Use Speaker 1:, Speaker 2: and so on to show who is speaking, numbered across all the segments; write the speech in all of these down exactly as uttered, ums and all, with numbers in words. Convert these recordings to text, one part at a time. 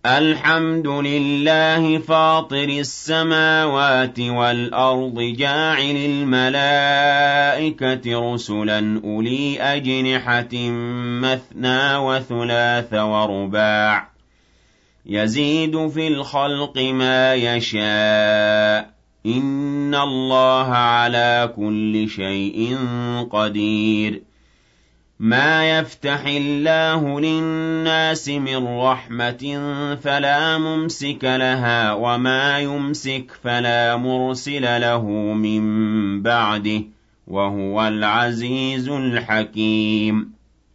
Speaker 1: الحمد لله فاطر السماوات والأرض جاعل الملائكة رسلا أولي أجنحة مثنى وثلاث ورباع يزيد في الخلق ما يشاء إن الله على كل شيء قدير ما يفتح الله للناس من رحمة فلا ممسك لها وما يمسك فلا مرسل له من بعده وهو العزيز الحكيم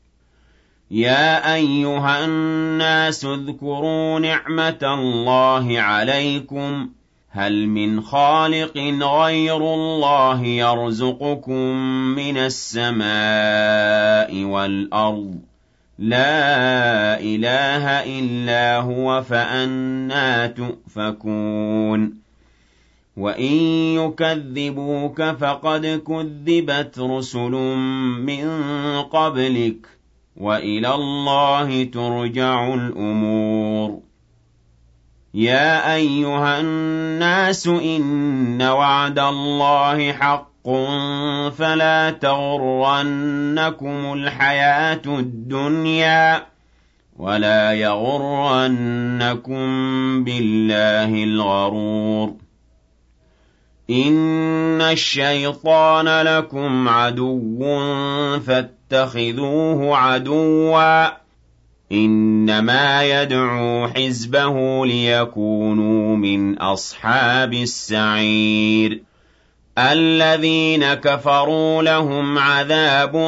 Speaker 1: يا أيها الناس اذكروا نعمة الله عليكم هل من خالق غير الله يرزقكم من السماء والأرض لا إله إلا هو فأنى تؤفكون وإن يكذبوك فقد كذبت رسل من قبلك وإلى الله ترجع الأمور يا أيها الناس إن وعد الله حق فلا تغرنكم الحياة الدنيا ولا يغرنكم بالله الغرور إن الشيطان لكم عدو فاتخذوه عدوا إنما يدعو حزبه ليكونوا من أصحاب السعير الذين كفروا لهم عذاب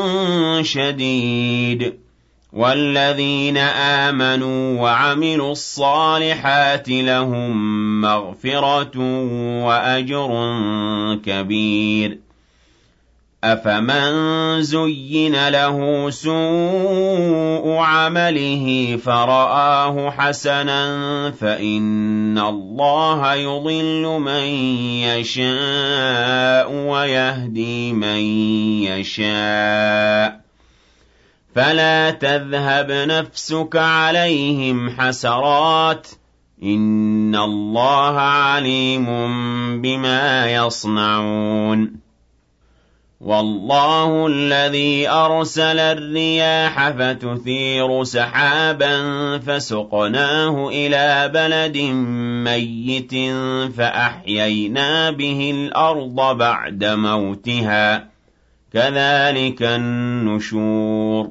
Speaker 1: شديد والذين آمنوا وعملوا الصالحات لهم مغفرة وأجر كبير أفمن زين له سوء عمله فرآه حسنا فإن الله يضل من يشاء ويهدي من يشاء فلا تذهب نفسك عليهم حسرات إن الله عليم بما يصنعون والله الذي أرسل الرياح فتثير سحابا فسقناه إلى بلد ميت فأحيينا به الأرض بعد موتها كذلك النشور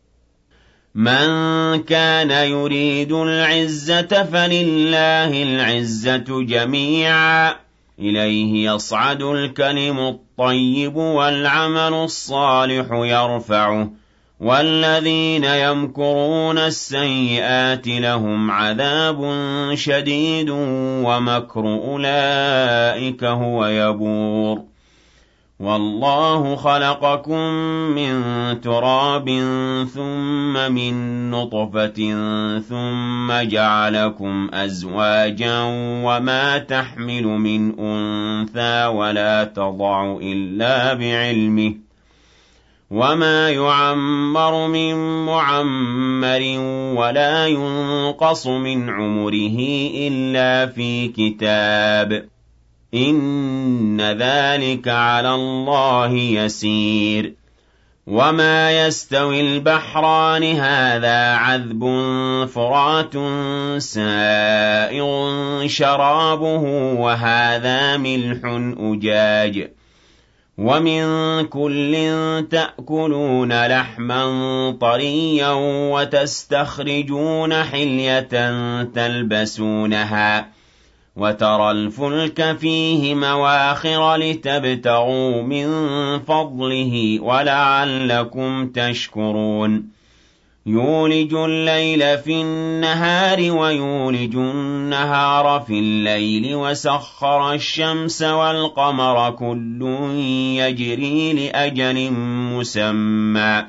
Speaker 1: من كان يريد العزة فلله العزة جميعا إليه يصعد الكلم الطيب والعمل الصالح يرفعه والذين يمكرون السيئات لهم عذاب شديد ومكر أولئك هو يبور والله خلقكم من تراب ثم من نطفة ثم جعلكم أزواجا وما تحمل من أنثى ولا تضع إلا بعلمه وما يعمر من معمر ولا ينقص من عمره إلا في كتاب إن ذلك على الله يسير وما يستوي البحران هذا عذب فرات سائغ شرابه وهذا ملح أجاج ومن كل تأكلون لحما طريا وتستخرجون حلية تلبسونها وترى الفلك فيه مواخر لتبتغوا من فضله ولعلكم تشكرون يولج الليل في النهار ويولج النهار في الليل وسخر الشمس والقمر كل يجري لأجل مسمى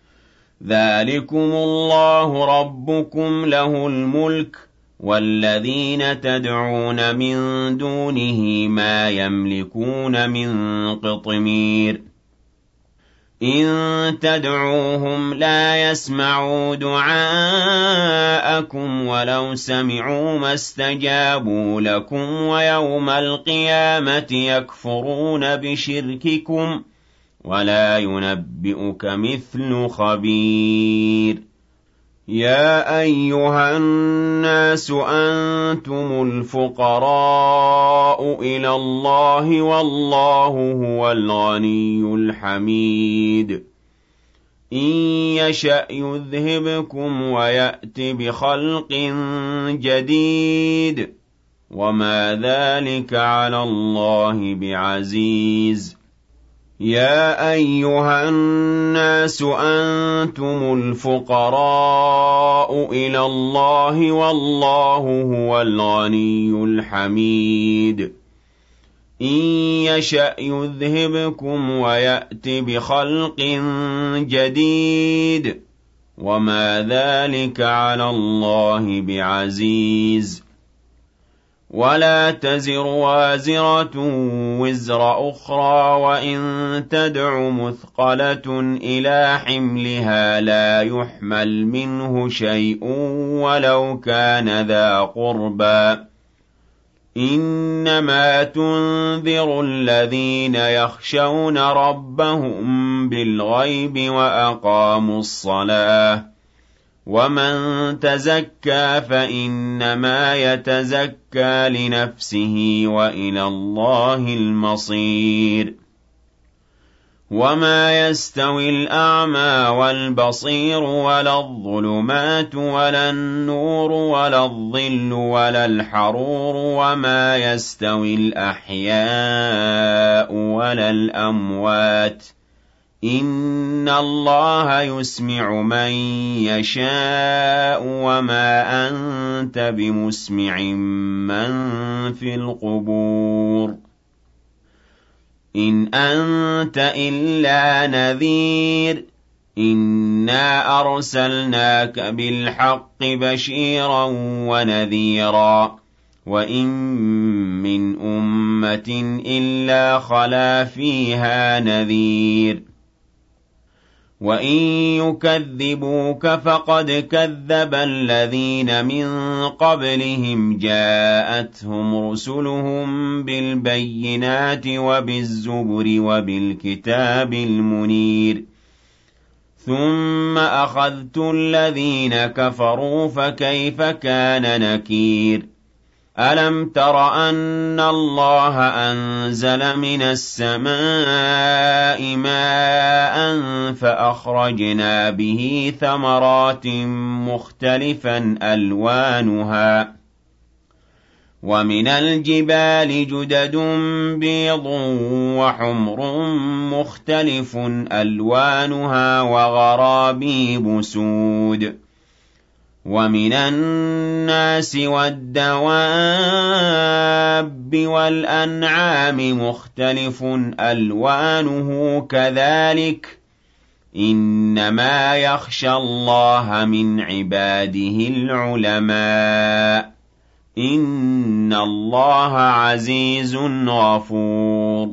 Speaker 1: ذلكم الله ربكم له الملك والذين تدعون من دونه ما يملكون من قطمير إِن تَدْعُوهُمْ لَا يَسْمَعُوا دُعَاءَكُمْ وَلَوْ سَمِعُوا مَا اسْتَجَابُوا لَكُمْ وَيَوْمَ الْقِيَامَةِ يَكْفُرُونَ بِشِرْكِكُمْ وَلَا يُنَبِّئُكَ مِثْلُ خَبِيرٍ يَا أَيُّهَا النَّاسُ أَنتُمُ الْفُقَرَاءُ إِلَى اللَّهِ وَاللَّهُ هُوَ الْغَنِيُّ الْحَمِيدُ إِن يَشَأْ يُذْهِبْكُمْ وَيَأْتِ بِخَلْقٍ جَدِيدٍ وَمَا ذَلِكَ عَلَى اللَّهِ بِعَزِيزٍ يَا أَيُّهَا النَّاسُ أَنتُمُ الْفُقَرَاءُ إِلَى اللَّهِ وَاللَّهُ هُوَ الْغَنِيُّ الْحَمِيدُ إِن يَشَأْ يُذْهِبْكُمْ وَيَأْتِ بِخَلْقٍ جَدِيدٍ وَمَا ذَلِكَ عَلَى اللَّهِ بِعَزِيزٍ وَلَا تَزِرُ وَازِرَةٌ وِزْرَ أُخْرَىٰ وَإِن تَدْعُ مُثْقَلَةٌ إِلَىٰ حِمْلِهَا لَا يُحْمَلْ مِنْهُ شَيْءٌ وَلَوْ كَانَ ذَا قُرْبَىٰ إِنَّمَا تُنذِرُ الَّذِينَ يَخْشَوْنَ رَبَّهُم بِالْغَيْبِ وَأَقَامُوا الصَّلَاةَ وَمَن تَزَكَّىٰ فَإِنَّمَا يَتَزَكَّىٰ لِنَفْسِهِ وَإِلَى اللَّهِ الْمَصِيرُ وَمَا يَسْتَوِي الْأَعْمَىٰ وَالْبَصِيرُ وَلَا الظُّلُمَاتُ وَلَا النُّورُ وَلَا الظِّلُّ وَلَا الْحَرُورُ وَمَا يَسْتَوِي الْأَحْيَاءُ وَلَا الْأَمْوَاتُ ۚ إِنَّ اللَّهَ يُسْمِعُ مَن يَشَاءُ وَمَا أَنتَ بِمُسْمِعٍ مَّن فِي الْقُبُورِ إِنْ أَنتَ إِلَّا نَذِيرٌ إِنَّا أَرْسَلْنَاكَ بِالْحَقِّ بَشِيرًا وَنَذِيرًا وَإِن مِّنْ أُمَّةٍ إِلَّا خَلَا فِيهَا نَذِيرٌ وَإِن يُكَذِّبُوكَ فَقَدْ كَذَّبَ الَّذِينَ مِن قَبْلِهِمْ جَاءَتْهُمْ رُسُلُهُم بِالْبَيِّنَاتِ وَبِالزُّبُرِ وَبِالْكِتَابِ الْمُنِيرِ ثُمَّ أَخَذْتُ الَّذِينَ كَفَرُوا فَكَيْفَ كَانَ نَكِيرِ أَلَمْ تَرَ أَنَّ اللَّهَ أَنزَلَ مِنَ السَّمَاءِ مَاءً فَأَخْرَجْنَا بِهِ ثَمَرَاتٍ مُخْتَلِفًا أَلْوَانُهَا وَمِنَ الْجِبَالِ جُدَدٌ بِيضٌ وَحُمْرٌ مُخْتَلِفٌ أَلْوَانُهَا وَغَرَابِيبُ سُودٌ وَمِنَ النَّاسِ وَالدَّوَابِّ وَالْأَنْعَامِ مُخْتَلِفٌ أَلْوَانُهُ كَذَٰلِكَ ۗ إِنَّمَا يَخْشَى اللَّهَ مِنْ عِبَادِهِ الْعُلَمَاءُ ۗ إِنَّ اللَّهَ عَزِيزٌ غَفُورٌ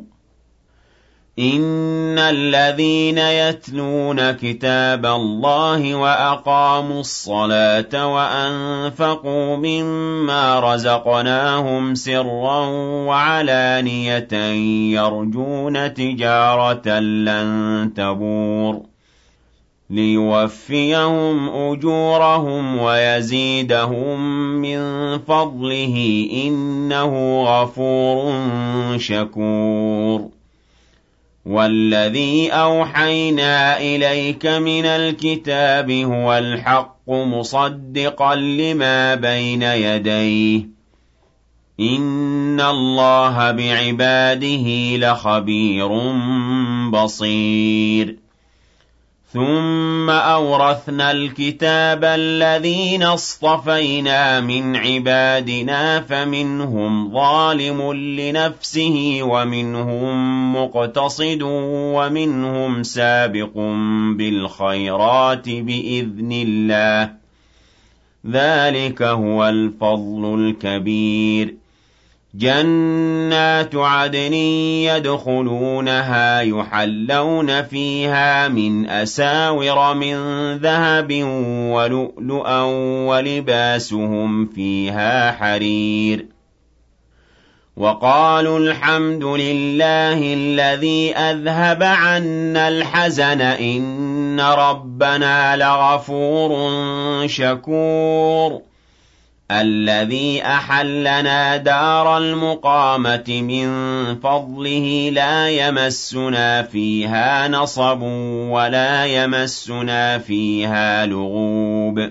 Speaker 1: إِنَّ الَّذِينَ يَتْلُونَ كِتَابَ اللَّهِ وَأَقَامُوا الصَّلَاةَ وَأَنفَقُوا مِمَّا رَزَقْنَاهُمْ سِرًّا وَعَلَانِيَةً يَرْجُونَ تِجَارَةً لَّن تَبُورَ لِيُوَفِّيَهُمْ أُجُورَهُمْ وَيَزِيدَهُم مِّن فَضْلِهِ ۚ إِنَّهُ غَفُورٌ شَكُورٌ وَالَّذِي أَوْحَيْنَا إِلَيْكَ مِنَ الْكِتَابِ هُوَ الْحَقُّ مُصَدِّقًا لِّمَا بَيْنَ يَدَيْهِ ۗ إِنَّ اللَّهَ بِعِبَادِهِ لَخَبِيرٌ بَصِيرٌ ثُمَّ أَوْرَثْنَا الْكِتَابَ الَّذِينَ اصْطَفَيْنَا مِنْ عِبَادِنَا فَمِنْهُمْ ظَالِمٌ لِّنَفْسِهِ وَمِنْهُم مُّقْتَصِدٌ وَمِنْهُمْ سَابِقٌ بِالْخَيْرَاتِ بِإِذْنِ اللَّهِ ۚ ذَٰلِكَ هُوَ الْفَضْلُ الْكَبِيرُ جَنَّاتُ عَدْنٍ يَدْخُلُونَهَا يُحَلَّوْنَ فِيهَا مِنْ أَسَاوِرَ مِنْ ذَهَبٍ وَلُؤْلُؤًا وَلِبَاسُهُمْ فِيهَا حَرِيرٌ وَقَالُوا الْحَمْدُ لِلَّهِ الَّذِي أَذْهَبَ عَنَّا الْحَزَنَ إِنَّ رَبَّنَا لَغَفُورٌ شَكُورٌ الَّذِي أَحَلَّنَا دَارَ الْمُقَامَةِ مِنْ فَضْلِهِ لَا يَمَسُّنَا فِيهَا نَصَبٌ وَلَا يَمَسُّنَا فِيهَا لُغُوبٌ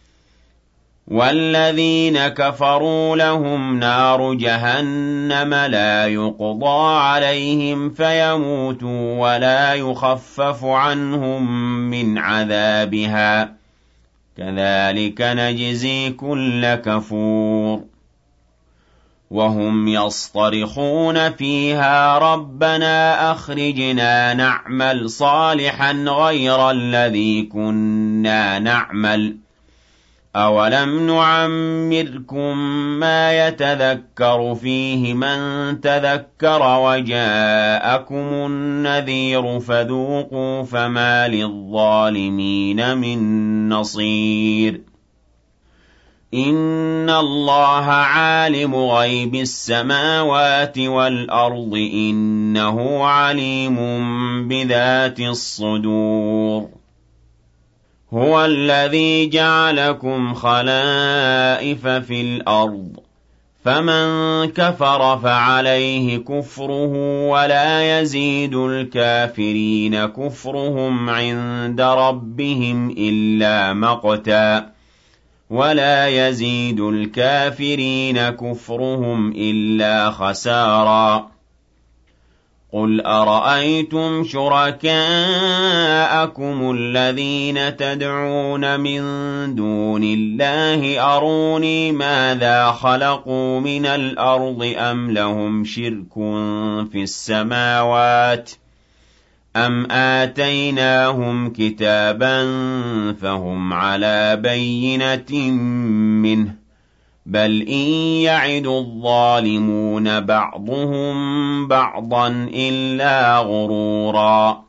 Speaker 1: وَالَّذِينَ كَفَرُوا لَهُمْ نَارُ جَهَنَّمَ لَا يُقْضَىٰ عَلَيْهِمْ فَيَمُوتُوا وَلَا يُخَفَّفُ عَنْهُم مِّنْ عَذَابِهَا كَذَٰلِكَ نَجْزِي كُلَّ كَفُورٍ وَهُمْ يَصْطَرِخُونَ فِيهَا رَبَّنَا أَخْرِجْنَا نَعْمَلْ صَالِحًا غَيْرَ الَّذِي كُنَّا نَعْمَلُ أَوَلَمْ نُعَمِّرْكُم مَّا يَتَذَكَّرُ فِيهِ مَن تَذَكَّرَ وَجَاءَكُمُ النَّذِيرُ فَذُوقُوا فَمَا لِلظَّالِمِينَ مِن نَّصِيرٍ إِنَّ اللَّهَ عَالِمُ غَيْبِ السَّمَاوَاتِ وَالْأَرْضِ ۚ إِنَّهُ عَلِيمٌ بِذَاتِ الصُّدُورِ هُوَ الَّذِي جَعَلَكُمْ خَلَائِفَ فِي الْأَرْضِ ۚ فَمَن كَفَرَ فَعَلَيْهِ كُفْرُهُ ۖ وَلَا يَزِيدُ الْكَافِرِينَ كُفْرُهُمْ عِندَ رَبِّهِمْ إِلَّا مَقْتًا ۖ وَلَا يَزِيدُ الْكَافِرِينَ كُفْرُهُمْ إِلَّا خَسَارًا قُلْ أَرَأَيْتُمْ شُرَكَاءَكُمُ الَّذِينَ تَدْعُونَ مِن دُونِ اللَّهِ أَرُونِي مَاذَا خَلَقُوا مِنَ الْأَرْضِ أَمْ لَهُمْ شِرْكٌ فِي السَّمَاوَاتِ أَمْ آتَيْنَاهُمْ كِتَابًا فَهُمْ عَلَىٰ بَيِّنَةٍ مِّنْهُ ۚ بَلْ إِن يَعِدُ الظَّالِمُونَ بَعْضُهُم بَعْضًا إِلَّا غُرُورًا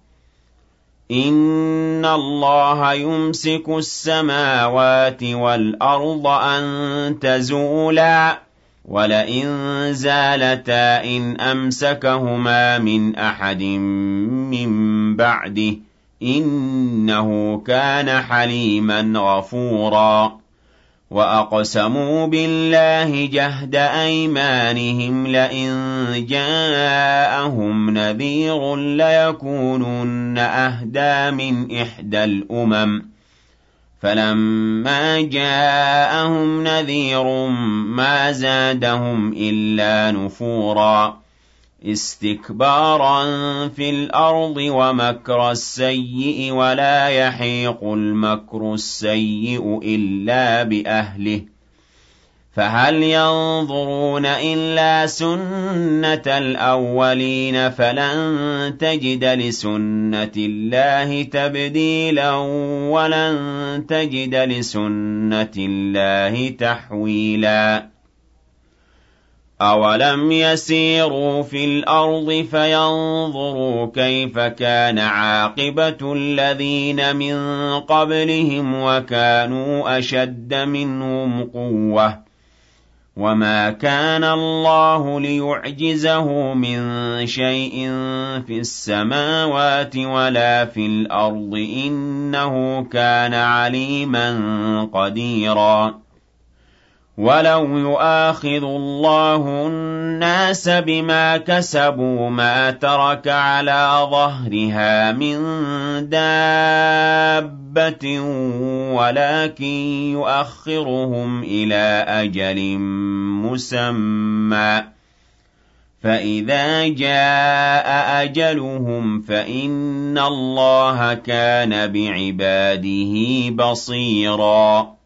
Speaker 1: إِنَّ اللَّهَ يُمْسِكُ السَّمَاوَاتِ وَالْأَرْضَ أَن تَزُولَا وَلَئِن زَالَتَا إِنْ أَمْسَكَهُمَا مِنْ أَحَدٍ مِّن بَعْدِهِ ۚ إِنَّهُ كَانَ حَلِيمًا غَفُورًا وَأَقْسَمُوا بِاللَّهِ جَهْدَ أَيْمَانِهِمْ لَئِن جَاءَهُمْ نَذِيرٌ لَّيَكُونُنَّ أَهْدَىٰ مِنْ إِحْدَى الْأُمَمِ ۖ فَلَمَّا جَاءَهُمْ نَذِيرٌ مَّا زَادَهُمْ إِلَّا نُفُورًا اسْتِكْبَارًا فِي الْأَرْضِ وَمَكْرَ السَّيِّئِ ۚ وَلَا يَحِيقُ الْمَكْرُ السَّيِّئُ إِلَّا بِأَهْلِهِ ۚ فَهَلْ يَنظُرُونَ إِلَّا سُنَّتَ الْأَوَّلِينَ ۖ فَلَن تَجِدَ لِسُنَّةِ اللَّهِ تَبْدِيلًا ۖ وَلَن تَجِدَ لِسُنَّةِ اللَّهِ تَحْوِيلًا أَوَلَمْ يَسِيرُوا فِي الْأَرْضِ فَيَنظُرُوا كَيْفَ كَانَ عَاقِبَةُ الَّذِينَ مِن قَبْلِهِمْ وَكَانُوا أَشَدَّ مِنْهُمْ قُوَّةً ۚ وَمَا كَانَ اللَّهُ لِيُعْجِزَهُ مِن شَيْءٍ فِي السَّمَاوَاتِ وَلَا فِي الْأَرْضِ ۚ إِنَّهُ كَانَ عَلِيمًا قَدِيرًا وَلَوْ يُؤَاخِذُ اللَّهُ النَّاسَ بِمَا كَسَبُوا مَا تَرَكَ عَلَىٰ ظَهْرِهَا مِن دَابَّةٍ وَلَٰكِن يُؤَخِّرُهُمْ إِلَىٰ أَجَلٍ مُّسَمًّى ۖ فَإِذَا جَاءَ أَجَلُهُمْ فَإِنَّ اللَّهَ كَانَ بِعِبَادِهِ بَصِيرًا